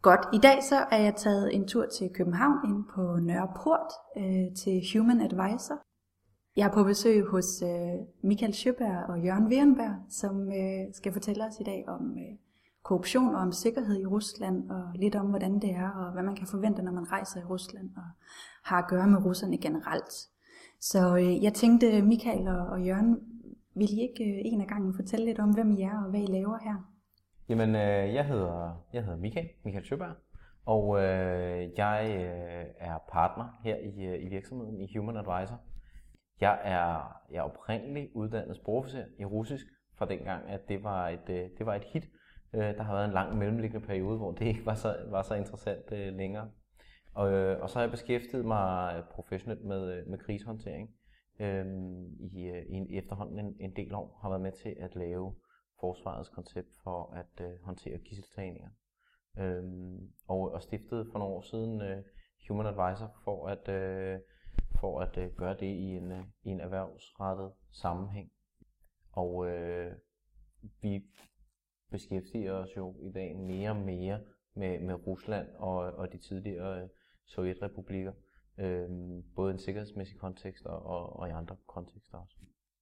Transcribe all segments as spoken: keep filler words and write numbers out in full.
Godt. I dag så er jeg taget en tur til København ind på Nørreport øh, til Human Advisor. Jeg er på besøg hos øh, Michael Sjöberg og Jørgen Werenberg, som øh, skal fortælle os i dag om øh, korruption og om sikkerhed i Rusland, og lidt om, hvordan det er, og hvad man kan forvente, når man rejser i Rusland og har at gøre med russerne generelt. Så øh, jeg tænkte, Michael og, og Jørgen, vil I ikke øh, en af gangen fortælle lidt om, hvem I er og hvad I laver her? Jamen, øh, jeg hedder jeg hedder Michael, Michael Sjöberg, og øh, jeg øh, er partner her i, i virksomheden i Human Advisor. Jeg er, jeg er oprindeligt uddannet sprogofficer i russisk, fra dengang, at det var et, det var et hit. Der har været en lang mellemliggende periode, hvor det ikke var så, var så interessant længere. Og, og så har jeg beskæftiget mig professionelt med, med krisehåndtering i, i efterhånden en, en del år. Har været med til at lave forsvarets koncept for at håndtere gidseltagninger. Og, og stiftede for nogle år siden Human Advisor for at for at øh, gøre det i en, øh, i en erhvervsrettet sammenhæng. Og øh, vi beskæftiger os jo i dag mere og mere med, med Rusland og, og de tidligere øh, sovjetrepublikker, øh, både i en sikkerhedsmæssig kontekst og, og, og i andre kontekster også.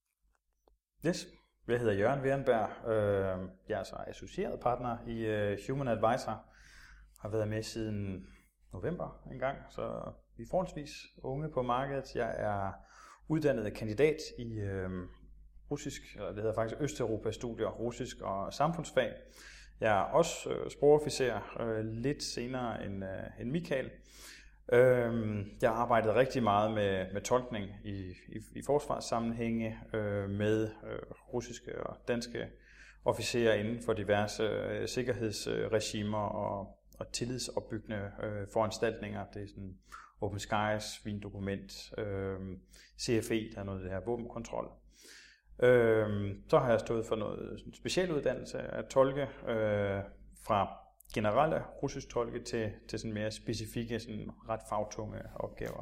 Yes, jeg hedder Jørgen Werenberg. Jeg er så associeret partner i Human Advisor. Har været med siden november en gang, så vi er forholdsvis unge på markedet. Jeg er uddannet kandidat i øh, russisk, eller det hedder faktisk Østeuropa-studier, russisk og samfundsfag. Jeg er også øh, sprogofficer, øh, lidt senere end, øh, end Michael. Øh, jeg har arbejdet rigtig meget med, med tolkning i, i, i forsvarssammenhænge øh, med øh, russiske og danske officerer inden for diverse øh, sikkerhedsregimer og og tillidsopbyggende øh, foranstaltninger. Det er sådan Open Skies, Wiendokument, øh, C F E, der er noget af det her våbenkontrol. Øh, så har jeg stået for noget specialuddannelse af tolke, øh, fra generelle russisk tolke til, til sådan mere specifikke, sådan ret fagtunge opgaver.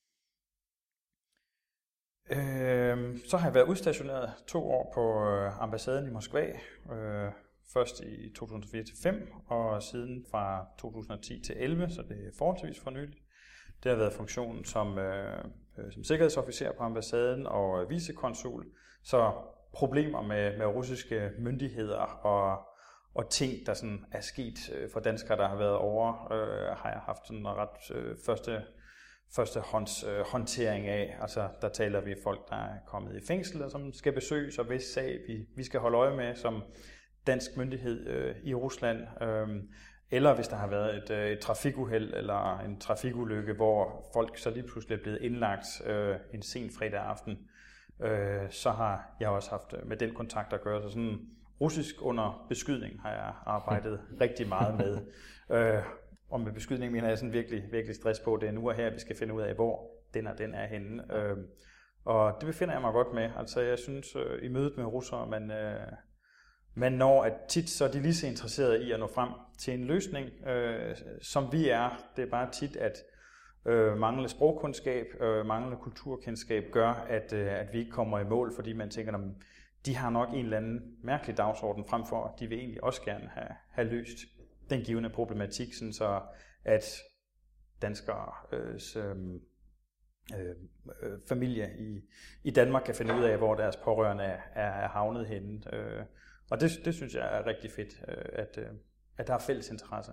Øh, så har jeg været udstationeret to år på ambassaden i Moskva, øh, først i to tusind og fire til fem, og siden fra to tusind og ti til elleve, så det er forholdsvis for nyligt. Det har været funktionen som, øh, som sikkerhedsofficer på ambassaden og vicekonsul, så problemer med, med russiske myndigheder og, og ting, der sådan er sket for danskere, der har været over, øh, har jeg haft sådan en ret øh, første, førstehånds øh, håndtering af. Altså, der taler vi folk, der er kommet i fængsel, og som skal besøges, og hvis sag vi, vi skal holde øje med som dansk myndighed øh, i Rusland, øh, eller hvis der har været et, øh, et trafikuheld eller en trafikulykke, hvor folk så lige pludselig er blevet indlagt øh, en sen fredag aften, øh, så har jeg også haft med den kontakt at gøre. Så sådan russisk under beskydning har jeg arbejdet rigtig meget med. Øh, og med beskydning mener jeg sådan virkelig, virkelig stress på, det er nu og her, vi skal finde ud af, hvor den og den er henne. Øh, og det befinder jeg mig godt med. Altså jeg synes, øh, i mødet med russere, man... Øh, Men når at tit så er de lige så interesserede i at nå frem til en løsning, øh, som vi er. Det er bare tit, at øh, manglende sprogkundskab, øh, manglende kulturkendskab gør, at, øh, at vi ikke kommer i mål, fordi man tænker, at de har nok en eller anden mærkelig dagsorden frem for, at de vil egentlig også gerne have, have løst den givende problematik, sådan så at danskeres øh, øh, familie i, i Danmark kan finde ud af, hvor deres pårørende er, er havnet henne. Øh, Og det, det synes jeg er rigtig fedt, at, at der er fælles interesse.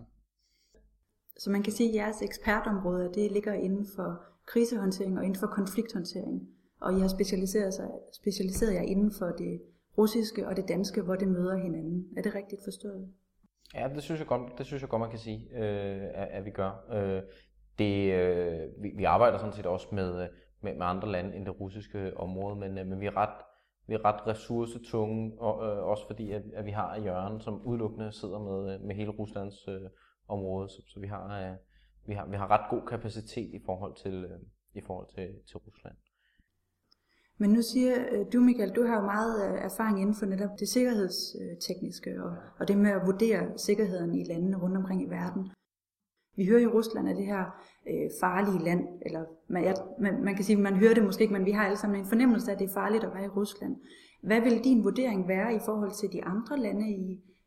Så man kan sige, at jeres ekspertområder, det ligger inden for krisehåndtering og inden for konflikthåndtering. Og I har specialiseret, sig, specialiseret jer inden for det russiske og det danske, hvor det møder hinanden. Er det rigtigt forstået? Ja, det synes jeg godt, det synes jeg godt man kan sige, øh, at, at vi gør. Øh, det, øh, vi, vi arbejder sådan set også med, med, med andre lande end det russiske område, men, øh, men vi er ret... Vi er ret ressourcetunge, og, øh, også fordi at, at vi har Jørgen, som udelukkende sidder med, med hele Ruslands øh, område, så, så vi, har, øh, vi, har, vi har ret god kapacitet i forhold til, øh, i forhold til, til Rusland. Men nu siger du, Michael, du har jo meget erfaring inden for netop det sikkerhedstekniske, og, og det med at vurdere sikkerheden i landene rundt omkring i verden. Vi hører jo, Rusland er det her øh, farlige land, eller man, ja, man, man kan sige, man hører det måske ikke, men vi har alle sammen en fornemmelse af, at det er farligt at være i Rusland. Hvad vil din vurdering være i forhold til de andre lande i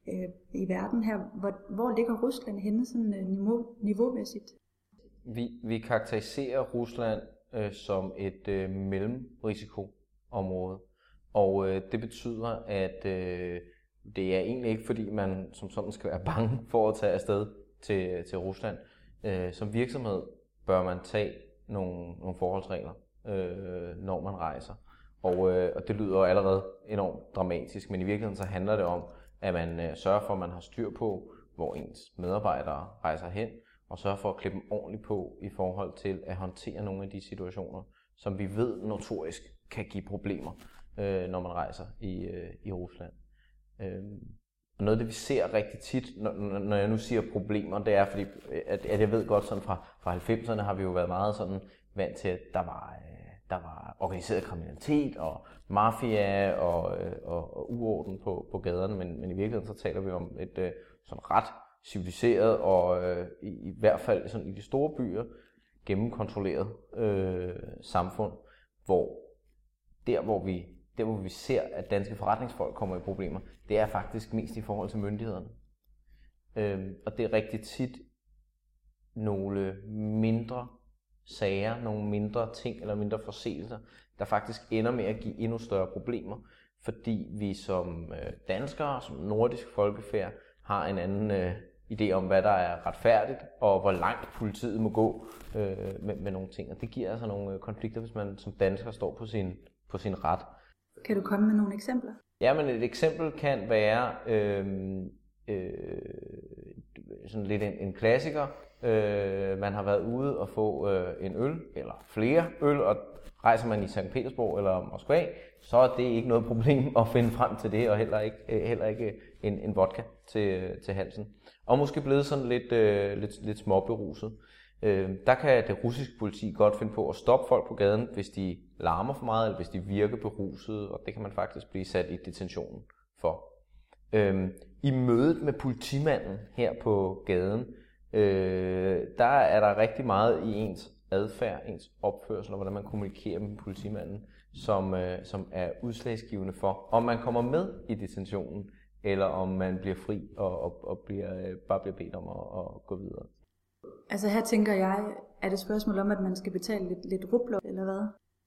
øh, i verden her. Hvor, hvor ligger Rusland henne sådan øh, niveau, niveaumæssigt? Vi, vi karakteriserer Rusland øh, som et øh, mellemrisikoområde, og øh, det betyder, at øh, det er egentlig ikke, fordi man som sådan skal være bange for at tage afsted til, til Rusland. Øh, som virksomhed bør man tage nogle, nogle forholdsregler, øh, når man rejser. Og, øh, og det lyder jo allerede enormt dramatisk, men i virkeligheden så handler det om, at man øh, sørger for, at man har styr på, hvor ens medarbejdere rejser hen, og sørger for at klippe dem ordentligt på i forhold til at håndtere nogle af de situationer, som vi ved notorisk kan give problemer, øh, når man rejser i, øh, i Rusland. Øh, og noget af det, vi ser rigtig tit, når, når jeg nu siger problemer, det er fordi, at, at jeg ved godt, sådan fra, fra halvfemserne har vi jo været meget sådan vant til, at der var, der var organiseret kriminalitet og mafia og, og, og uorden på, på gaderne, men, men i virkeligheden så taler vi om et sådan ret civiliseret og øh, i, i hvert fald sådan i de store byer gennemkontrolleret øh, samfund, hvor der hvor vi der hvor vi ser at danske forretningsfolk kommer i problemer, det er faktisk mest i forhold til myndighederne. Øh, og det er rigtig tit nogle mindre sager, nogle mindre ting eller mindre forseelser, der faktisk ender med at give endnu større problemer, fordi vi som øh, danskere, som nordisk folkefærd, har en anden øh, idé om, hvad der er retfærdigt, og hvor langt politiet må gå øh, med, med nogle ting. Og det giver altså nogle øh, konflikter, hvis man som dansker står på sin, på sin ret. Kan du komme med nogle eksempler? Ja, men et eksempel kan være øh, øh, sådan lidt en, en klassiker. Øh, man har været ude og få øh, en øl, eller flere øl, og rejser man i Sankt Petersborg eller Moskva, så er det ikke noget problem at finde frem til det, og heller ikke, heller ikke en, en vodka til, til halsen. Og måske blevet sådan lidt, øh, lidt, lidt småberuset. Øh, der kan det russiske politi godt finde på at stoppe folk på gaden, hvis de larmer for meget, eller hvis de virker berusede, og det kan man faktisk blive sat i detentionen for. Øh, I mødet med politimanden her på gaden, øh, der er der rigtig meget i ens adfærd, ens opførsel og hvordan man kommunikerer med politimanden, som, øh, som er udslagsgivende for, om man kommer med i detentionen, eller om man bliver fri og, og, og bliver, øh, bare bliver bedt om at, at gå videre. Altså her tænker jeg, er det et spørgsmål om, at man skal betale lidt, lidt rubler, eller hvad?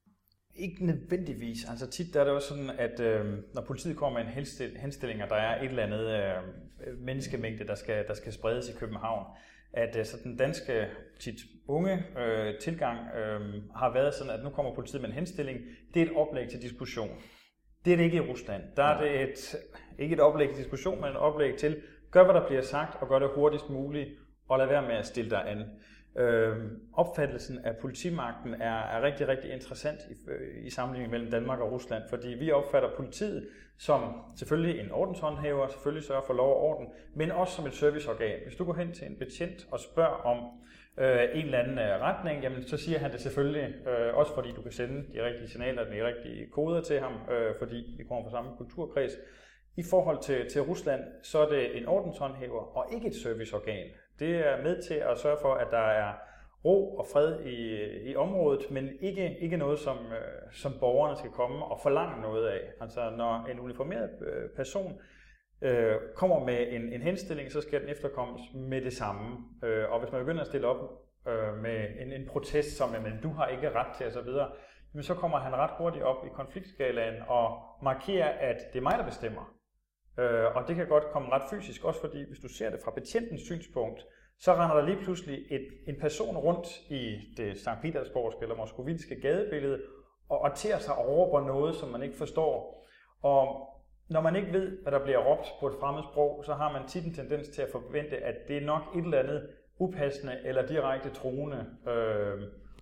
Ikke nødvendigvis. Altså tit der er det også sådan, at øh, når politiet kommer med en henstil- henstilling, og der er et eller andet øh, menneskemængde, der skal, der skal spredes i København, at øh, så den danske, tit unge øh, tilgang øh, har været sådan, at nu kommer politiet med en henstilling. Det er et oplæg til diskussion. Det er det ikke i Rusland. Der er det et, ikke et oplæg til diskussion, men et oplæg til, gør hvad der bliver sagt, og gør det hurtigst muligt, og lad være med at stille dig an. Øh, opfattelsen af politimagten er, er rigtig, rigtig interessant i, i sammenligning mellem Danmark og Rusland, fordi vi opfatter politiet som selvfølgelig en ordenshåndhæver, selvfølgelig sørger for lov og orden, men også som et serviceorgan. Hvis du går hen til en betjent og spørger om øh, en eller anden retning, jamen, så siger han det selvfølgelig, øh, også fordi du kan sende de rigtige signaler, de rigtige koder til ham, øh, fordi vi kommer fra samme kulturkreds. I forhold til, til Rusland, så er det en ordenshåndhæver og ikke et serviceorgan. Det er med til at sørge for, at der er ro og fred i, i området, men ikke, ikke noget, som, øh, som borgerne skal komme og forlange noget af. Altså når en uniformeret øh, person øh, kommer med en, en henstilling, så skal den efterkommes med det samme. Øh, og hvis man begynder at stille op øh, med en, en protest, som at du har ikke ret til osv., men så kommer han ret hurtigt op i konfliktskalaen og markerer, at det er mig, der bestemmer. Øh, og det kan godt komme ret fysisk, også fordi hvis du ser det fra betjentens synspunkt, så render der lige pludselig et, en person rundt i det Sankt Petersborgske eller moskovinske gadebillede og orterer sig over på noget, som man ikke forstår. Og når man ikke ved, hvad der bliver råbt på et fremmed sprog, så har man tit en tendens til at forvente, at det er nok et eller andet upassende eller direkte truende. Øh,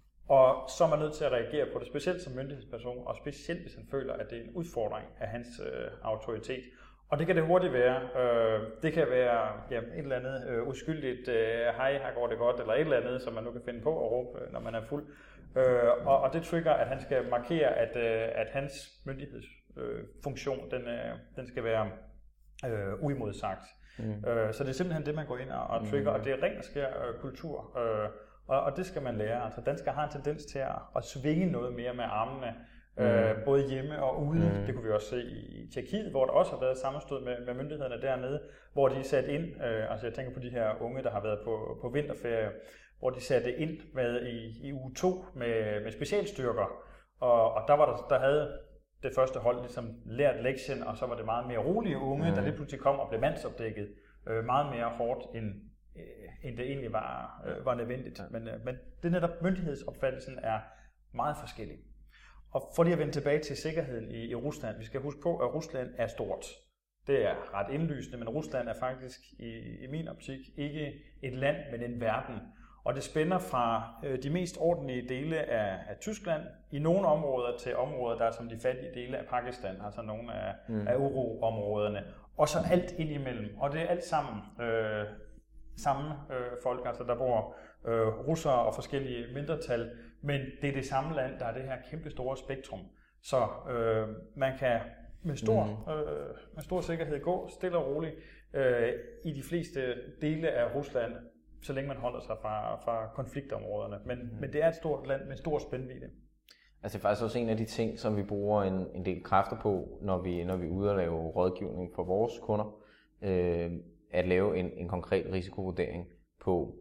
og så er man nødt til at reagere på det, specielt som myndighedsperson, og specielt hvis han føler, at det er en udfordring af hans øh, autoritet. Og det kan det hurtigt være. Øh, det kan være ja, et eller andet øh, uskyldigt, øh, hej, her går det godt, eller et eller andet, som man nu kan finde på at råbe, når man er fuld. Øh, og, og det trigger, at han skal markere, at, øh, at hans myndighedsfunktion, øh, den, øh, den skal være øh, uimodsagt. Mm. Øh, så det er simpelthen det, man går ind og, og trigger, mm. og det er ren og skær øh, kultur. Øh, og, og det skal man lære. Altså danskere har en tendens til at, at svinge noget mere med armene, Mm. Øh, både hjemme og ude. Mm. Det kunne vi også se i Tjekkiet, hvor der også har været sammenstød med, med myndighederne dernede, hvor de satte ind, øh, altså jeg tænker på de her unge, der har været på, på vinterferie, hvor de satte ind med i, i uge to med, med specialstyrker, og, og der var der, der havde det første hold ligesom lært lektien, og så var det meget mere rolige unge, mm. der lige pludselig kom og blev mandsopdækket øh, meget mere hårdt, end, øh, end det egentlig var, øh, var nødvendigt. Men, øh, men det netop myndighedsopfattelsen er meget forskellig. Og for lige at vende tilbage til sikkerheden i, i Rusland, vi skal huske på, at Rusland er stort. Det er ret indlysende, men Rusland er faktisk i, i min optik ikke et land, men en verden. Og det spænder fra øh, de mest ordentlige dele af, af Tyskland i nogle områder til områder, der er som de fattige dele af Pakistan, altså nogle af, mm. af uro-områderne. Og så alt ind imellem. Og det er alt sammen øh, samme øh, folk, altså der bor øh, russere og forskellige mindretal, men det er det samme land, der er det her kæmpe store spektrum. Så øh, man kan med stor, mm. øh, med stor sikkerhed gå stille og roligt øh, i de fleste dele af Rusland, så længe man holder sig fra, fra konfliktområderne. Men, mm. men det er et stort land med stor spændvidde. Altså det er faktisk også en af de ting, som vi bruger en, en del kræfter på, når vi, når vi er ude og lave rådgivning for vores kunder, øh, at lave en, en konkret risikovurdering på,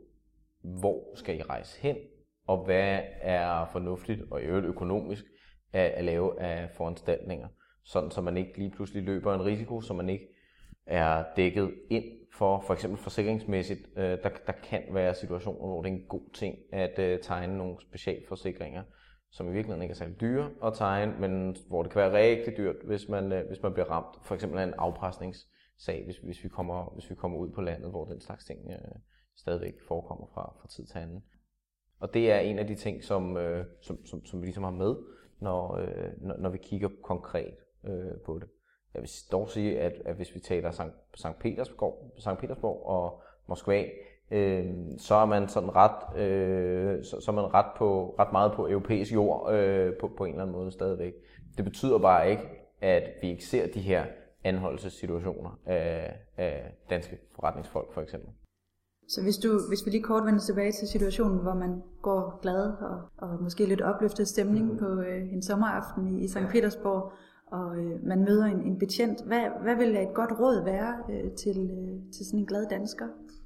hvor skal I rejse hen, og hvad er fornuftigt og i øvrigt økonomisk at, at lave af foranstaltninger, sådan så man ikke lige pludselig løber en risiko, så man ikke er dækket ind for, for eksempel forsikringsmæssigt. Øh, der, der kan være situationer, hvor det er en god ting at øh, tegne nogle specialforsikringer, som i virkeligheden ikke er særlig dyre at tegne, men hvor det kan være rigtig dyrt, hvis man, øh, hvis man bliver ramt. For eksempel af en afpresningssag, hvis, hvis, vi kommer, hvis vi kommer ud på landet, hvor den slags ting øh, stadigvæk forekommer fra, fra tid til anden. Og det er en af de ting, som, øh, som, som, som vi ligesom har med, når, øh, når, når vi kigger konkret øh, på det. Jeg vil dog sige, at, at hvis vi taler Sankt Petersborg, Sankt Petersborg og Moskva, øh, så er man sådan ret, øh, så, så er man ret, på, ret meget på europæisk jord øh, på, på en eller anden måde stadigvæk. Det betyder bare ikke, at vi ikke ser de her anholdelsessituationer af, af danske forretningsfolk for eksempel. Så hvis, du, hvis vi lige kort vender tilbage til situationen, hvor man går glad og, og måske lidt opløftet stemning mm. på øh, en sommeraften i, i Sankt Petersborg, og øh, man møder en, en betjent. Hvad, hvad vil et godt råd være øh, til, øh, til sådan en glad dansker?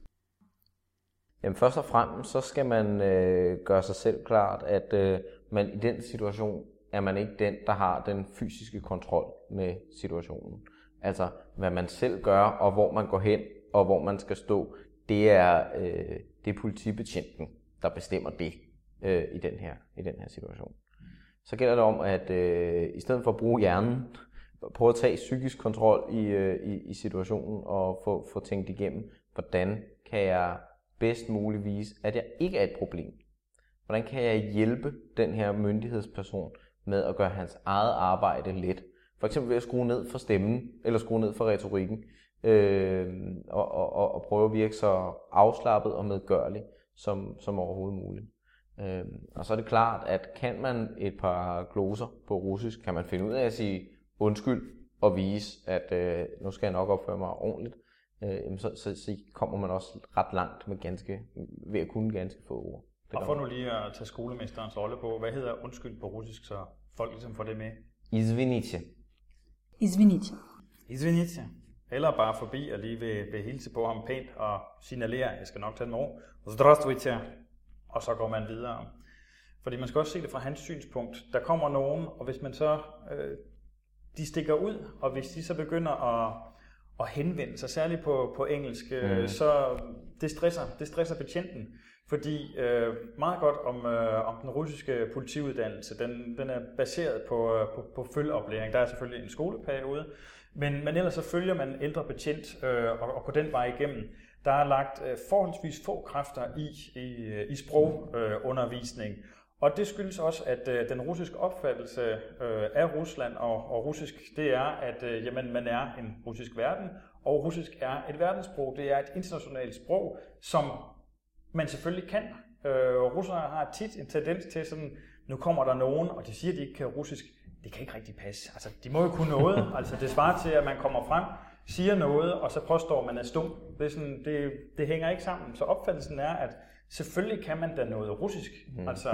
Jamen først og fremmest, så skal man øh, gøre sig selv klart, at øh, man i den situation er man ikke den, der har den fysiske kontrol med situationen. Altså hvad man selv gør, og hvor man går hen, og hvor man skal stå, det er, øh, det er politibetjenten, der bestemmer det øh, i, den her, i den her situation. Så gælder det om, at øh, i stedet for at bruge hjernen, prøve at tage psykisk kontrol i, øh, i, i situationen og få, få tænkt igennem, hvordan kan jeg bedst muligt vise, at jeg ikke er et problem. Hvordan kan jeg hjælpe den her myndighedsperson med at gøre hans eget arbejde let? For eksempel ved at skrue ned for stemmen, eller skrue ned for retorikken, øh, og, og, og prøve at virke så afslappet og medgørlig som, som overhovedet muligt. Øh, og så er det klart, at kan man et par gloser på russisk, kan man finde ud af at sige undskyld og vise, at øh, nu skal jeg nok opføre mig ordentligt, øh, så, så, så kommer man også ret langt med ganske, ved at kunne ganske få ord. Det og for nu lige at tage skolemesterens rolle på, hvad hedder undskyld på russisk, så folk ligesom får det med? Извините. Извините. Извините. Eller bare forbi og lige vil, vil hilse på ham pænt og signalere, jeg skal nok tage den over. Здравствуйте. Og så går man videre. Fordi man skal også se det fra hans synspunkt. Der kommer nogen, og hvis man så, øh, de stikker ud, og hvis de så begynder at, at henvende sig, særligt på, på engelsk, øh, mm. så det stresser, det stresser betjenten. Fordi øh, meget godt om, øh, om den russiske politiuddannelse, den, den er baseret på, øh, på, på følgeoplæring. Der er selvfølgelig en skoleperiode, men, men ellers så følger man ældre betjent øh, og, og går den vej igennem. Der er lagt øh, forholdsvis få kræfter i, i, i sprogundervisning, øh, og det skyldes også, at øh, den russiske opfattelse øh, af Rusland og, og russisk, det er, at øh, jamen, man er en russisk verden, og russisk er et verdenssprog. Det er et internationalt sprog, som man selvfølgelig kan. Øh, russere har tit en tendens til sådan, nu kommer der nogen, og de siger, at de ikke kan russisk. Det kan ikke rigtig passe. Altså, de må jo kunne noget. Altså, det svarer til, at man kommer frem, siger noget, og så påstår man er stum. Det, er sådan, det, det hænger ikke sammen. Så opfattelsen er, at selvfølgelig kan man da noget russisk. Mm. Altså,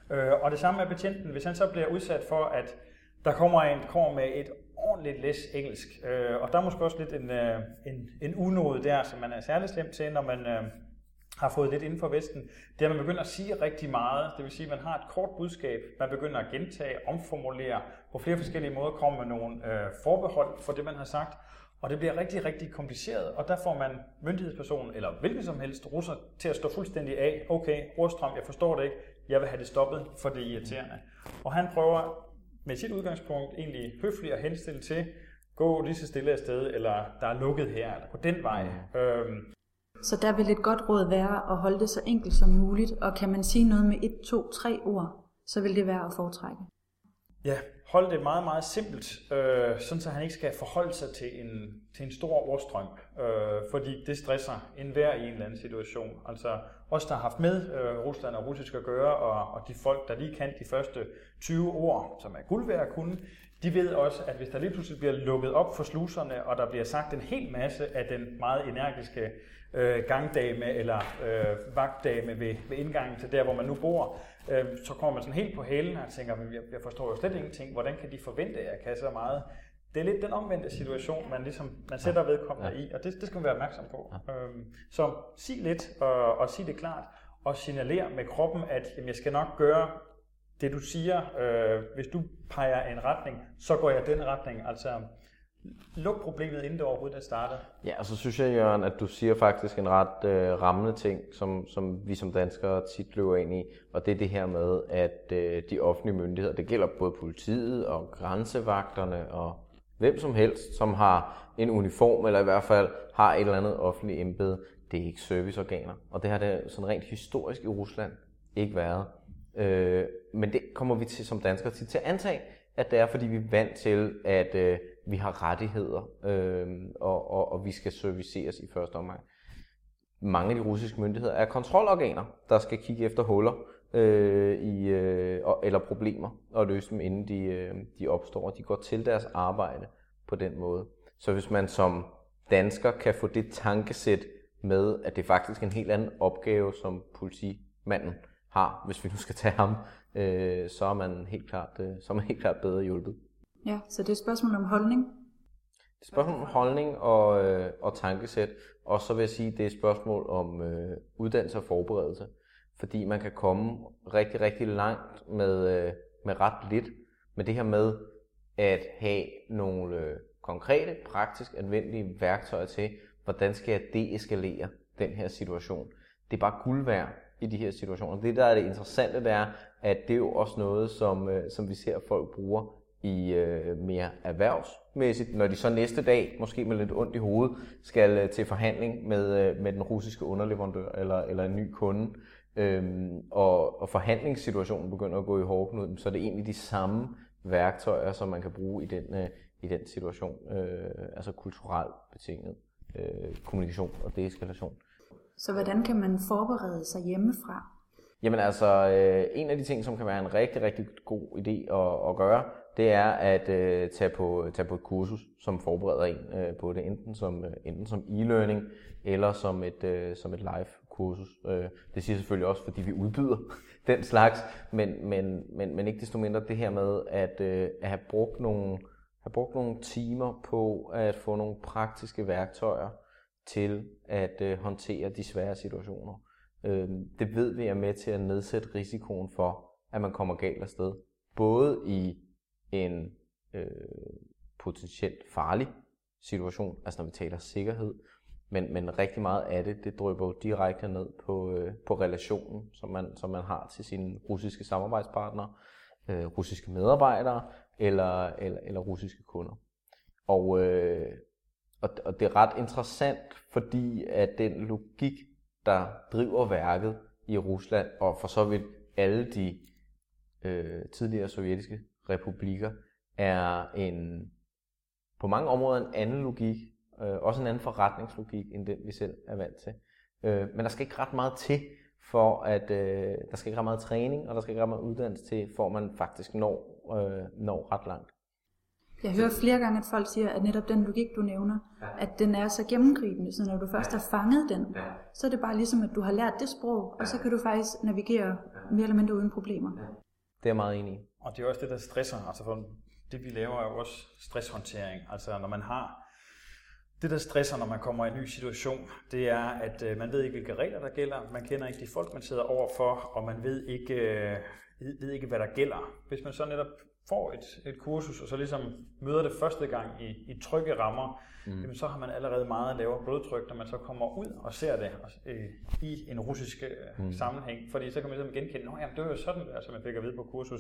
Øh, og det samme med betjenten, hvis han så bliver udsat for, at der kommer en kommer med et ordentligt læs engelsk, øh, og der er måske også lidt en, øh, en, en unåde der, som man er særlig slemt til, når man øh, har fået lidt inden for Vesten. Det er, at man begynder at sige rigtig meget, det vil sige, at man har et kort budskab, man begynder at gentage, omformulere, på flere forskellige måder kommer med nogle øh, forbehold for det, man har sagt, og det bliver rigtig, rigtig kompliceret, og der får man myndighedspersonen, eller hvilken som helst russer, til at stå fuldstændig af. Okay, Rorstrøm, jeg forstår det ikke, jeg vil have det stoppet, for det er irriterende. Og han prøver med sit udgangspunkt egentlig høfligt at henstille til, gå lige så stille afsted, eller der er lukket her, eller på den vej. Mm. Øhm. Så der vil et godt råd være at holde det så enkelt som muligt, og kan man sige noget med et, to, tre ord, så vil det være at foretrække. Ja, hold det meget, meget simpelt, øh, sådan så han ikke skal forholde sig til en, til en stor ordstrøm, øh, fordi det stresser enhver i en eller anden situation. Altså os, der har haft med øh, Rusland og russisk at gøre, og, og de folk, der lige kan de første tyve ord, som er guld værd at kunne, de ved også, at hvis der lige pludselig bliver lukket op for sluserne, og der bliver sagt en hel masse af den meget energiske øh, gangdame eller øh, vagtdame ved, ved indgangen til der, hvor man nu bor, øh, så kommer man sådan helt på hælen og tænker, jeg, jeg forstår jo slet ingenting, hvordan kan de forvente, at jeg kan så meget? Det er lidt den omvendte situation, man, ligesom, man sætter vedkommende ja. i, og det, det skal man være opmærksom på. Ja. Øhm, så sig lidt og, og sig det klart, og signalere med kroppen, at jamen, jeg skal nok gøre det, du siger. Øh, hvis du peger en retning, så går jeg den retning. Altså, luk problemet, inden det overhovedet er startet. Ja, og så synes jeg, Jørgen, at du siger faktisk en ret øh, rammende ting, som, som vi som danskere tit løber ind i, og det er det her med, at øh, de offentlige myndigheder, det gælder både politiet og grænsevagterne og hvem som helst, som har en uniform, eller i hvert fald har et eller andet offentligt embede, det er ikke serviceorganer. Og det har det sådan rent historisk i Rusland ikke været. Øh, men det kommer vi til som danskere til, til at antage, at det er, fordi vi er vant til, at øh, vi har rettigheder, øh, og, og, og vi skal serviceres i første omgang. Mange af de russiske myndigheder er kontrolorganer, der skal kigge efter huller øh, i, øh, eller problemer og løse dem, inden de, øh, de opstår. De går til deres arbejde på den måde. Så hvis man som dansker kan få det tankesæt med, at det er faktisk en helt anden opgave, som politimanden har, hvis vi nu skal tage ham, øh, så er man helt klart, øh, så er man helt klart bedre hjulpet. Ja, så det er et spørgsmål om holdning? Det er et spørgsmål om holdning og, øh, og tankesæt, og så vil jeg sige, at det er et spørgsmål om øh, uddannelse og forberedelse, fordi man kan komme rigtig, rigtig langt med, øh, med ret lidt, med det her med at have nogle øh, konkrete, praktisk anvendelige værktøjer til, hvordan skal jeg deeskalere den her situation. Det er bare guld værd i de her situationer. Det, der er det interessante, det er, at det er jo også noget, som, øh, som vi ser folk bruger i øh, mere erhvervsmæssigt, når de så næste dag, måske med lidt ondt i hovedet, skal øh, til forhandling med, øh, med den russiske underleverandør eller, eller en ny kunde, øhm, og, og forhandlingssituationen begynder at gå i hårdknud, så er det egentlig de samme værktøjer, som man kan bruge i den, øh, i den situation, øh, altså kulturelt betinget øh, kommunikation og deeskalation. Så hvordan kan man forberede sig hjemmefra? Jamen altså, øh, en af de ting, som kan være en rigtig, rigtig god idé at, at gøre, det er at øh, tage, på, tage på et kursus, som forbereder en øh, på det, enten som, øh, enten som e-learning eller som et, øh, som et live-kursus. Øh, det siger selvfølgelig også, fordi vi udbyder den slags, men, men, men, men ikke desto mindre det her med at, øh, at have, brugt nogle, have brugt nogle timer på at få nogle praktiske værktøjer til at øh, håndtere de svære situationer. Øh, det ved vi er med til at nedsætte risikoen for, at man kommer galt afsted. Både i en øh, potentielt farlig situation, altså når vi taler sikkerhed, men, men rigtig meget af det, det drypper jo direkte ned på, øh, på relationen, som man, som man har til sine russiske samarbejdspartnere, øh, russiske medarbejdere eller, eller, eller russiske kunder. Og, øh, og, og det er ret interessant, fordi at den logik, der driver værket i Rusland, og for så vidt alle de øh, tidligere sovjetiske republikker, er en på mange områder en anden logik, øh, også en anden forretningslogik, end den vi selv er vant til. Øh, men der skal ikke ret meget til, for at øh, der skal ikke ret meget træning, og der skal ikke ret meget uddannelse til, for at man faktisk når, øh, når ret langt. Jeg hører flere gange, at folk siger, at netop den logik, du nævner, ja. At den er så gennemgribende, så når du først har fanget den, ja. Så er det bare ligesom, at du har lært det sprog, og så kan du faktisk navigere mere eller mindre uden problemer. Ja. Det er jeg meget enig i. Og det er også det, der stresser. Altså for det, vi laver, er jo også stresshåndtering. Altså når man har det, der stresser, når man kommer i en ny situation, det er, at øh, man ved ikke, hvilke regler der gælder. Man kender ikke de folk, man sidder overfor, og man ved ikke, øh, ved ikke hvad der gælder. Hvis man så netop får et, et kursus, og så ligesom møder det første gang i, i trygge rammer, mm. jamen, så har man allerede meget lavere blodtryk, når man så kommer ud og ser det øh, i en russisk øh, mm. sammenhæng. Fordi så kan man ligesom genkende, at det var jo sådan, der, som jeg fik at vide på kursus.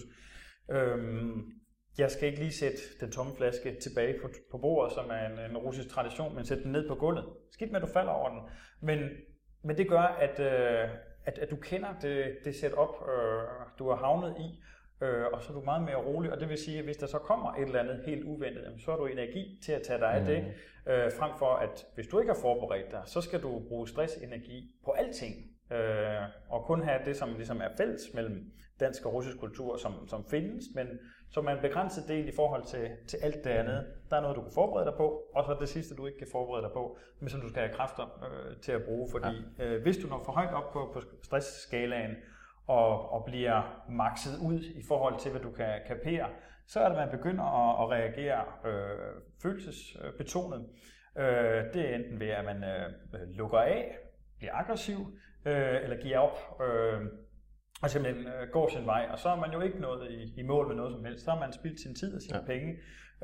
Øhm, jeg skal ikke lige sætte den tomme flaske tilbage på, på bordet, som er en, en russisk tradition, men sætte den ned på gulvet. Skidt med, at du falder over den. Men, men det gør, at, øh, at, at du kender det, det setup, øh, du er havnet i, øh, og så er du meget mere rolig. Og det vil sige, at hvis der så kommer et eller andet helt uventet, så har du energi til at tage dig af mm. det, øh, frem for at hvis du ikke har forberedt dig, så skal du bruge stressenergi på alting. Øh, og kun have det, som ligesom er fælles mellem dansk og russisk kultur, som, som findes, men som er en begrænset del i forhold til, til alt det andet. Der er noget, du kan forberede dig på, og så det sidste, du ikke kan forberede dig på, men som du skal have kræfter øh, til at bruge, fordi ja. øh, hvis du når for højt op på, på stressskalaen, og, og bliver makset ud i forhold til, hvad du kan kapere, så er det, at man begynder at, at reagere øh, følelsesbetonet. Øh, det er enten ved, at man øh, lukker af, bliver aggressiv, øh, eller giver op, øh, og simpelthen øh, går sin vej, og så er man jo ikke nået i, i mål med noget som helst. Så har man spildt sin tid og sine ja. penge,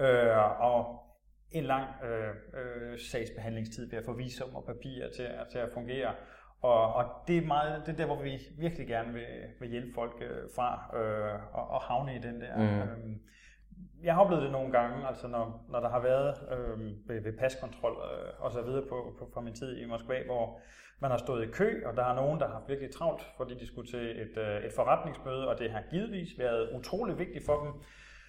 øh, og en lang øh, øh, sagsbehandlingstid ved at få visum og papirer til, til at fungere. Og, og det er meget det er der, hvor vi virkelig gerne vil, vil hjælpe folk øh, fra øh, og, og havne i den der. Mm. Øh, jeg har oplevet det nogle gange, altså når, når der har været øh, ved, ved paskontrol øh, og så videre på, på, fra min tid i Moskva, hvor man har stået i kø, og der er nogen, der har virkelig travlt, fordi de skulle til et, øh, et forretningsmøde, og det har givetvis været utrolig vigtigt for dem.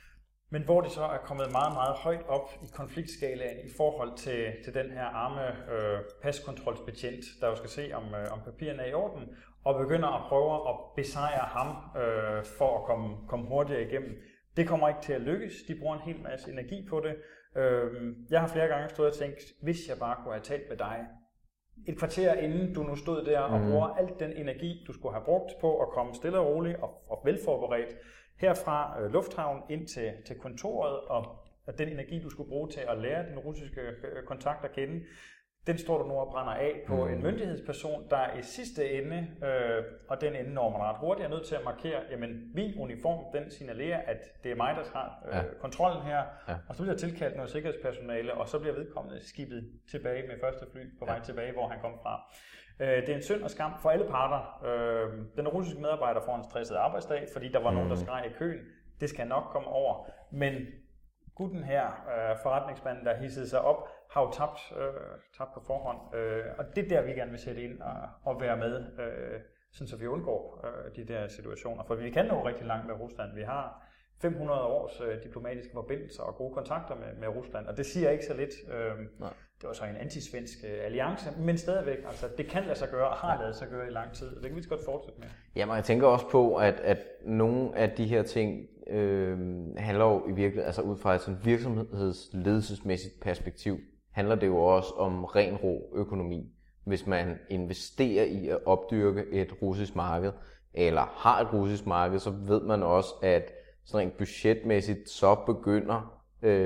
Men hvor de så er kommet meget, meget højt op i konfliktskalaen i forhold til, til den her arme øh, paskontrolsbetjent, der jo skal se, om, øh, om papirerne er i orden, og begynder at prøve at besejre ham øh, for at komme, komme hurtigere igennem. Det kommer ikke til at lykkes. De bruger en hel masse energi på det. Øh, jeg har flere gange stået og tænkt, hvis jeg bare kunne have talt med dig et kvarter inden du nu stod der og bruger alt den energi, du skulle have brugt på at komme stille og roligt og, og velforberedt herfra øh, lufthavn ind til, til kontoret, og at den energi, du skulle bruge til at lære den russiske øh, kontakt at kende, den står du nu og brænder af på mm. en myndighedsperson, der i sidste ende, øh, og den ende når man ret hurtigt er nødt til at markere, jamen min uniform, den signalerer, at det er mig, der har øh, ja. kontrollen her, ja. og så bliver tilkaldt noget sikkerhedspersonale, og så bliver vedkommende skibet tilbage med første fly på vej ja. tilbage, hvor han kom fra. Øh, det er en synd og skam for alle parter. Øh, den russiske medarbejder får en stresset arbejdsdag, fordi der var mm. nogen, der skreg i køen. Det skal nok komme over, men gutten her, øh, forretningsmanden, der hissede sig op, har jo tabt, øh, tabt på forhånd. Øh, og det er der, vi gerne vil sætte ind og, og være med, øh, sådan så vi undgår øh, de der situationer. For vi kan nå rigtig langt med Rusland. Vi har fem hundrede års øh, diplomatiske forbindelser og gode kontakter med, med Rusland, og det siger ikke så lidt. Øh, det var så en antisvensk øh, alliance, men stadigvæk, altså, det kan lade sig gøre og har ladet sig gøre i lang tid, og det kan vi godt fortsætte med. Jamen, jeg tænker også på, at, at nogle af de her ting øh, handler jo i virkeligheden, altså ud fra et sådan virksomhedsledelsesmæssigt perspektiv, handler det jo også om ren rå økonomi. Hvis man investerer i at opdyrke et russisk marked, eller har et russisk marked, så ved man også, at sådan rent budgetmæssigt, så begynder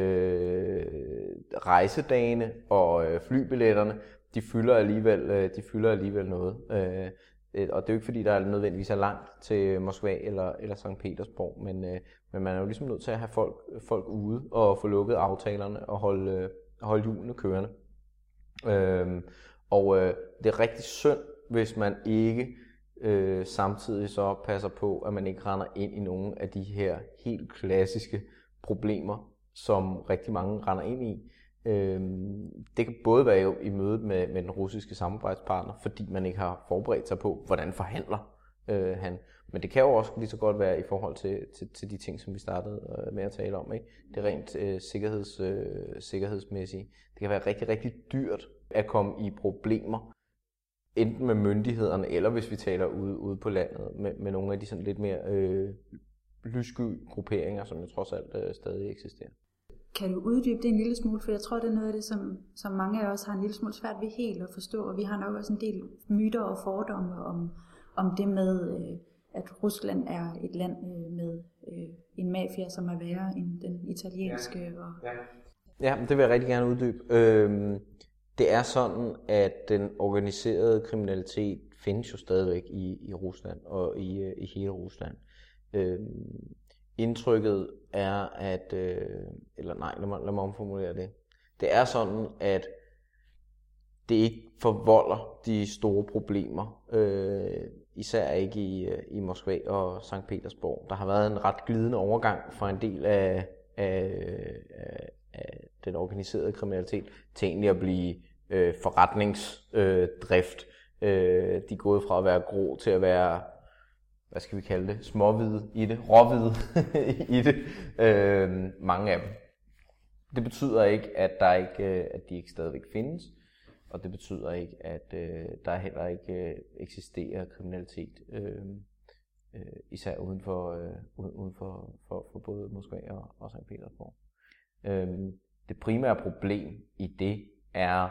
øh, rejsedagene og øh, flybilletterne, de fylder alligevel, øh, de fylder alligevel noget. Øh, og det er jo ikke fordi, der er nødvendigvis er langt til Moskva eller, eller Sankt Petersborg, men, øh, men man er jo ligesom nødt til at have folk, folk ude og få lukket aftalerne og holde, øh, holde hjulene kørende. Øh, og øh, det er rigtig synd, hvis man ikke Øh, samtidig så passer på, at man ikke render ind i nogle af de her helt klassiske problemer, som rigtig mange render ind i. Øh, det kan både være i mødet med, med den russiske samarbejdspartner, fordi man ikke har forberedt sig på, hvordan forhandler øh, han. Men det kan jo også lige så godt være i forhold til, til, til de ting, som vi startede øh, med at tale om. Ikke? Det rent øh, sikkerheds, øh, sikkerhedsmæssige. Det kan være rigtig, rigtig dyrt at komme i problemer, enten med myndighederne, eller hvis vi taler ude, ude på landet, med, med nogle af de sådan lidt mere øh, lyssky grupperinger, som jo trods alt øh, stadig eksisterer. Kan du uddybe det en lille smule, for jeg tror, det er noget af det, som, som mange af os har en lille smule svært ved helt at forstå, og vi har nok også en del myter og fordomme om, om det med, øh, at Rusland er et land øh, med øh, en mafia, som er værre end den italienske. Ja, og... ja. ja det vil jeg rigtig gerne uddybe. Øhm, det er sådan, at den organiserede kriminalitet findes jo stadigvæk i, i Rusland og i, i hele Rusland. Øhm, Indtrykket er, at, øh, eller nej, lad mig, lad mig omformulere det. Det er sådan, at det ikke forvolder de store problemer, øh, især ikke i, i Moskva og Sankt Petersborg. Der har været en ret glidende overgang fra en del af, af, af, af den organiserede kriminalitet til egentlig at blive øh, forretningsdrift. Øh, de er gået fra at være grå til at være, hvad skal vi kalde det, småhvide i det, råhvide i det, øh, mange af dem. Det betyder ikke, at, der ikke, at de ikke stadigvæk findes, og det betyder ikke, at øh, der heller ikke øh, eksisterer kriminalitet, øh, øh, især uden for, øh, uden for, for, for både Moskva og, og Sankt Petersborg. Øh, det primære problem i det er